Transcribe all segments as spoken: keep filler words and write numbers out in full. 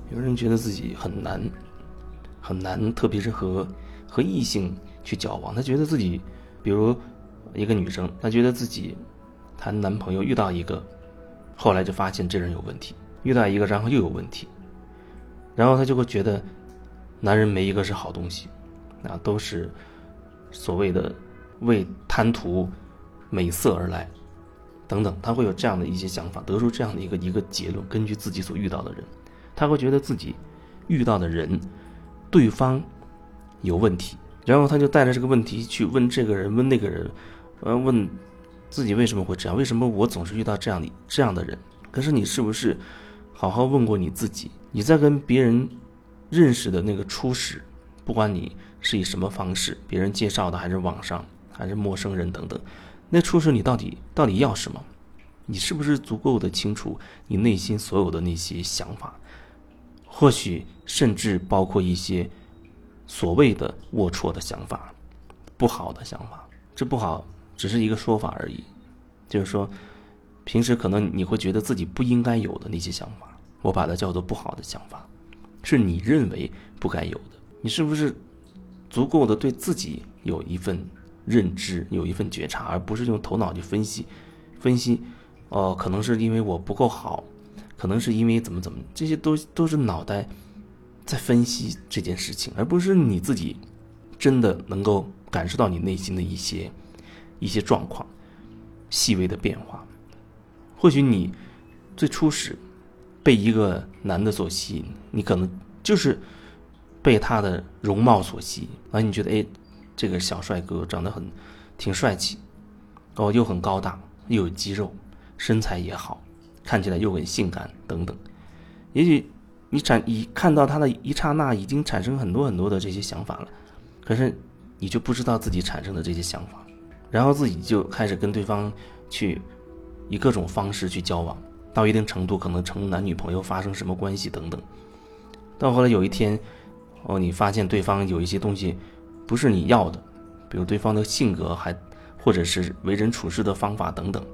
有人觉得自己很难很难，特别是和和异性去交往，他觉得自己，比如一个女生，她觉得自己谈男朋友遇到一个，后来就发现这人有问题，遇到一个然后又有问题，然后她就会觉得男人没一个是好东西，啊，都是所谓的为贪图美色而来等等，他会有这样的一些想法，得出这样的一个一个结论。根据自己所遇到的人，他会觉得自己遇到的人对方有问题，然后他就带着这个问题去问这个人问那个人，呃，问自己为什么会这样，为什么我总是遇到这样的这样的人。可是你是不是好好问过你自己，你在跟别人认识的那个初始，不管你是以什么方式，别人介绍的还是网上还是陌生人等等，那初始你到底到底要什么？你是不是足够的清楚你内心所有的那些想法？或许甚至包括一些所谓的龌龊的想法，不好的想法。这不好只是一个说法而已，就是说平时可能你会觉得自己不应该有的那些想法，我把它叫做不好的想法，是你认为不该有的。你是不是足够的对自己有一份认知，有一份觉察，而不是用头脑去分析分析哦，可能是因为我不够好，可能是因为怎么怎么，这些都都是脑袋在分析这件事情，而不是你自己真的能够感受到你内心的一些一些状况，细微的变化。或许你最初始被一个男的所吸引，你可能就是被他的容貌所吸引，然后你觉得哎，这个小帅哥长得很挺帅气，哦，又很高大，又有肌肉，身材也好，看起来又很性感等等。也许你产一看到他的一刹那，已经产生很多很多的这些想法了，可是你就不知道自己产生的这些想法，然后自己就开始跟对方去以各种方式去交往，到一定程度可能成男女朋友，发生什么关系等等。到后来有一天，哦，你发现对方有一些东西不是你要的，比如对方的性格，还或者是为人处事的方法等等，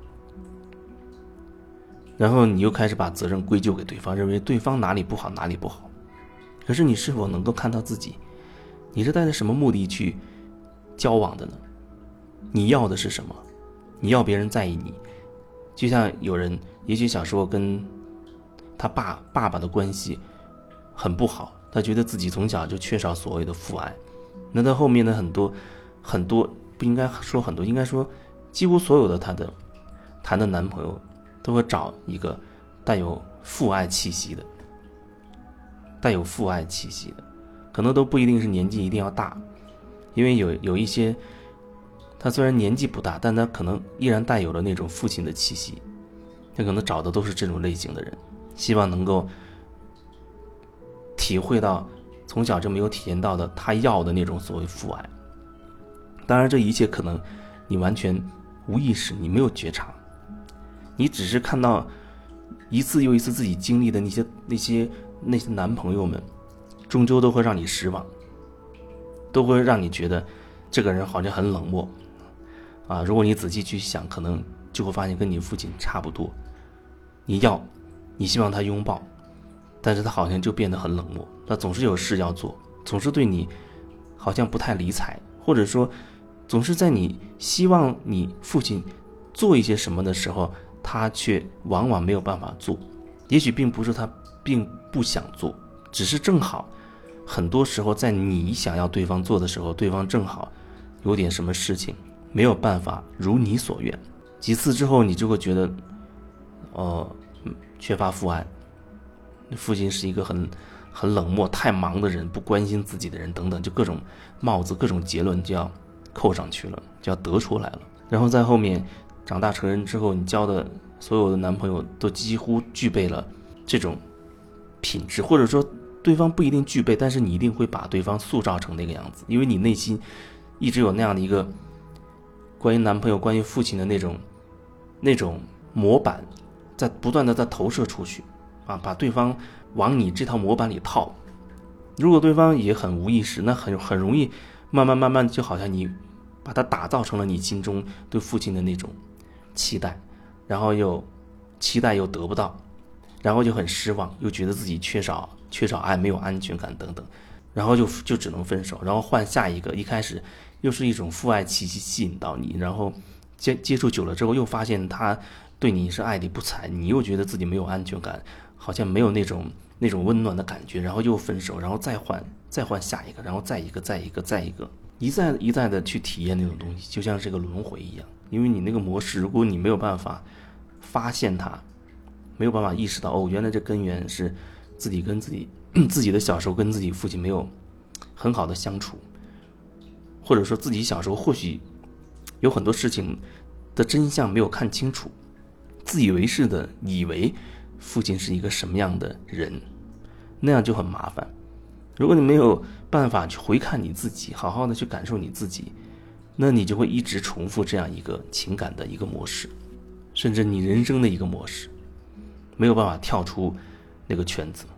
然后你又开始把责任归咎给对方，认为对方哪里不好哪里不好。可是你是否能够看到自己，你是带着什么目的去交往的呢？你要的是什么？你要别人在意你，就像有人也许小时候跟他爸爸爸的关系很不好，他觉得自己从小就缺少所谓的父爱，那到后面的很多很多不应该说很多，应该说几乎所有的他的谈的男朋友都会找一个带有父爱气息的，带有父爱气息的，可能都不一定是年纪一定要大，因为有有一些他虽然年纪不大，但他可能依然带有了那种父亲的气息，他可能找的都是这种类型的人，希望能够体会到从小就没有体验到的他要的那种所谓父爱。当然这一切可能你完全无意识，你没有觉察，你只是看到一次又一次自己经历的那些那些那些男朋友们，终究都会让你失望，都会让你觉得这个人好像很冷漠啊。如果你仔细去想，可能就会发现跟你父亲差不多，你要你希望他拥抱，但是他好像就变得很冷漠，他总是有事要做，总是对你好像不太理睬，或者说总是在你希望你父亲做一些什么的时候，他却往往没有办法做。也许并不是他并不想做，只是正好很多时候在你想要对方做的时候，对方正好有点什么事情没有办法如你所愿。几次之后你就会觉得呃，缺乏父爱，父亲是一个很很冷漠太忙的人，不关心自己的人等等，就各种帽子各种结论就要扣上去了，就要得出来了。然后在后面长大成人之后，你交的所有的男朋友都几乎具备了这种品质，或者说对方不一定具备，但是你一定会把对方塑造成那个样子，因为你内心一直有那样的一个关于男朋友关于父亲的那种那种模板在不断的在投射出去啊，把对方往你这套模板里套。如果对方也很无意识，那很很容易慢慢慢慢就好像你把它打造成了你心中对父亲的那种期待，然后又期待又得不到， 然后就很失望，又觉得自己缺少缺少爱，没有安全感等等，然后就就只能分手，然后换下一个。一开始又是一种父爱气息吸引到你，然后接接触久了之后，又发现他对你是爱理不睬，你又觉得自己没有安全感，好像没有那种那种温暖的感觉，然后又分手，然后再换再换下一个，然后再一个再一个再一个，一再一再的去体验那种东西，就像是个轮回一样。因为你那个模式，如果你没有办法发现它，没有办法意识到，哦，原来这根源是自己跟自己自己的小时候跟自己父亲没有很好的相处，或者说自己小时候或许有很多事情的真相没有看清楚，自以为是的以为父亲是一个什么样的人，那样就很麻烦。如果你没有办法去回看你自己，好好的去感受你自己，那你就会一直重复这样一个情感的一个模式，甚至你人生的一个模式，没有办法跳出那个圈子。